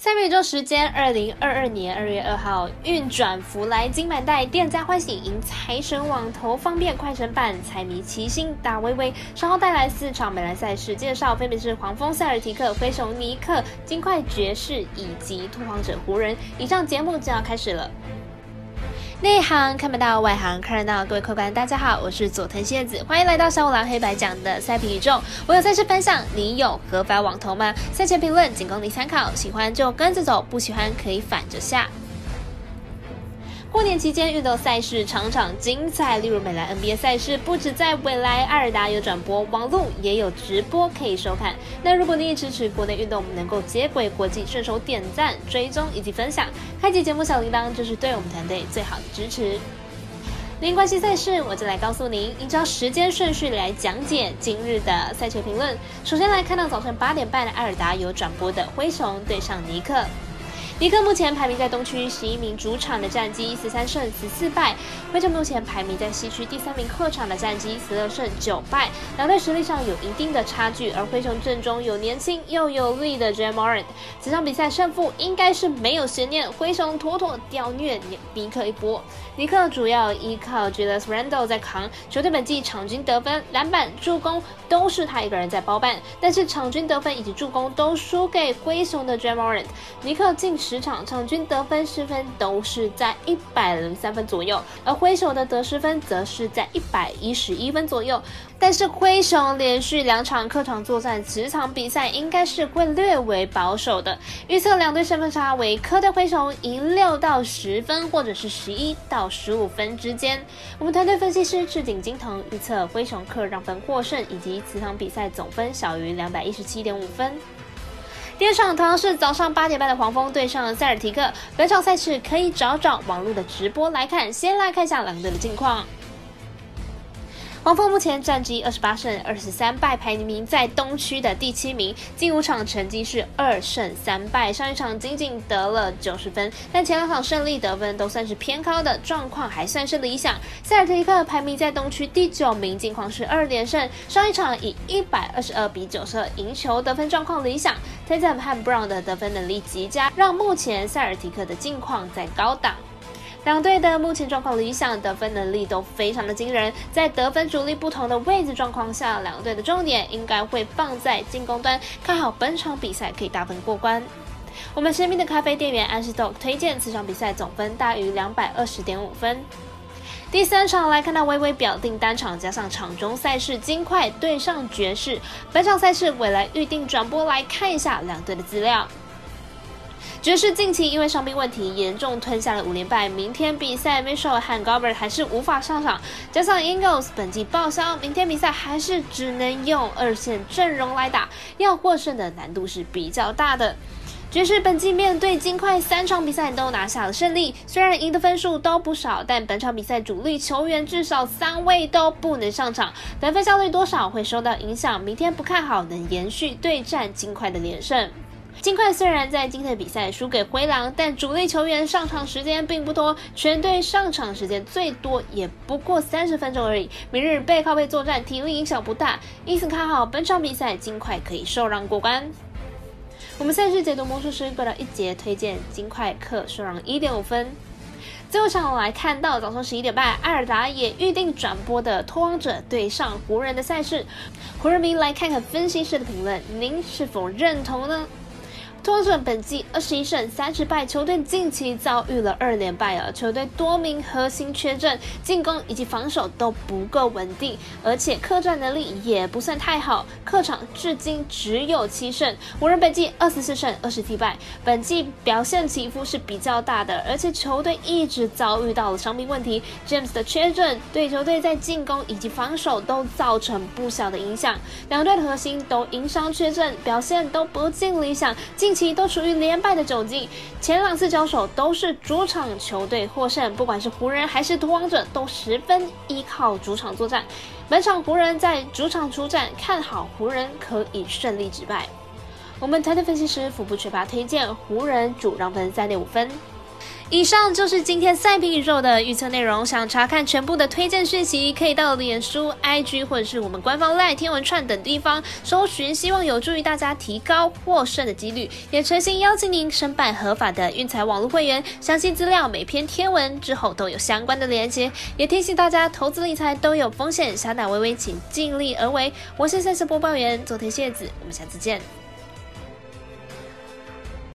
在美洲时间2022年2月2号，运转福来金满带，店家欢喜迎财神网投方便快神版，财迷齐心大微微。稍后带来4场美篮赛事介绍，分别是黄蜂塞尔提克、灰熊尼克、金块爵士以及拓荒者湖人。以上节目就要开始了。内行看不到，外行看得到。各位客官，大家好，我是佐藤蝎子，欢迎来到小五郎黑白讲的赛评宇宙。我有赛事分享，你有合法网投吗？赛前评论仅供你参考，喜欢就跟着走，不喜欢可以反着下。过年期间运动赛事场场精彩，例如美篮 NBA 赛事不止在未来爱尔达有转播，网路也有直播可以收看。那如果你也支持国内运动能够接轨国际，顺手点赞、追踪以及分享，开启节目小铃铛就是对我们团队最好的支持。零关系赛事，我就来告诉您，依照时间顺序来讲解今日的赛前评论。首先来看到早晨8点半的爱尔达有转播的灰熊对上尼克。尼克目前排名在东区11名主场的战绩13胜14败，灰熊目前排名在西区第3名客场的战绩12胜9败，两队实力上有一定的差距，而灰熊阵中有年轻又有力的 Ja Morant， 这场比赛胜负应该是没有悬念，灰熊妥妥吊虐尼克一波。尼克主要依靠 Julius Randle 在扛，球队本季场均得分、篮板、助攻都是他一个人在包办，但是场均得分以及助攻都输给灰熊的 Ja Morant。尼克近10场场均得分失分都是在103分左右，而灰熊的得失分则是在111分左右。但是灰熊连续2场客场作战，此场比赛应该是会略为保守的，预测两队胜分差为客队灰熊赢6到10分，或者是11到15分之间。我们团队分析师赤井金藤预测灰熊客让分获胜，以及此场比赛总分小于217.5分。第二场同样是早上8点半的黄蜂对上塞尔提克，本场赛事可以找网络的直播来看。先来看一下两队的近况。黄蜂目前战绩28胜23败，排名在东区的第7名，近5场成绩是2胜3败，上一场仅仅得了90分，但前2场胜利得分都算是偏高的，状况还算是理想。塞尔提克排名在东区第9名，近况是2连胜，上一场以122比92赢球，得分状况理想。Tatum 和 Brown 的得分能力极佳，让目前塞尔提克的近况在高档。两队的目前状况理想，得分能力都非常的惊人，在得分主力不同的位置状况下，两队的重点应该会放在进攻端，看好本场比赛可以大分过关。我们神秘的咖啡店员安士豆推荐此场比赛总分大于220.5分。第3场来看到微微表定单场加上场中赛事金块对上爵士，本场赛事未来预定转播来看一下两队的资料。爵士近期因为伤病问题严重吞下了5连败，明天比赛 Mitchell 和 Gobert 还是无法上场，加上 Ingles 本季报销，明天比赛还是只能用2线阵容来打，要获胜的难度是比较大的。爵士本季面对金块3场比赛都拿下了胜利，虽然赢的分数都不少，但本场比赛主力球员至少3位都不能上场，得分效率多少会受到影响，明天不看好能延续对战金块的连胜。金块虽然在今天的比赛输给灰狼，但主力球员上场时间并不多，全队上场时间最多也不过30分钟而已。明日背靠背作战，体力影响不大，因此看好本场比赛金块可以受让过关。我们赛事解读魔术师各到一节推荐金块客受让1.5分。最后场来看到早上11点半，爱尔达也预定转播的拓荒者对上湖人的赛事。湖人迷来看看分析师的评论，您是否认同呢？拓荒者本季21胜30败，球队近期遭遇了2连败，球队多名核心缺阵，进攻以及防守都不够稳定，而且客战能力也不算太好，客场至今只有7胜。湖人本季24胜27败，本季表现起伏是比较大的，而且球队一直遭遇到了伤病问题 ，James 的缺阵对球队在进攻以及防守都造成不小的影响，两队的核心都因伤缺阵，表现都不尽理想，近期都处于连败的窘境，前2次交手都是主场球队获胜，不管是湖人还是拓荒者都十分依靠主场作战。本场湖人在主场出战，看好湖人可以顺利止败。我们团队分析师腹部缺乏推荐湖人主让分3.5分。 以上就是今天赛评宇宙的预测内容。想查看全部的推荐讯息，可以到脸书、IG 或者是我们官方 LINE 天文串等地方搜寻，希望有助于大家提高获胜的几率。也诚心邀请您申办合法的运财网络会员，详细资料每篇贴文之后都有相关的连结。也提醒大家，投资理财都有风险，小胆微微请尽力而为。我是赛事播报员佐藤谢子，我们下次见。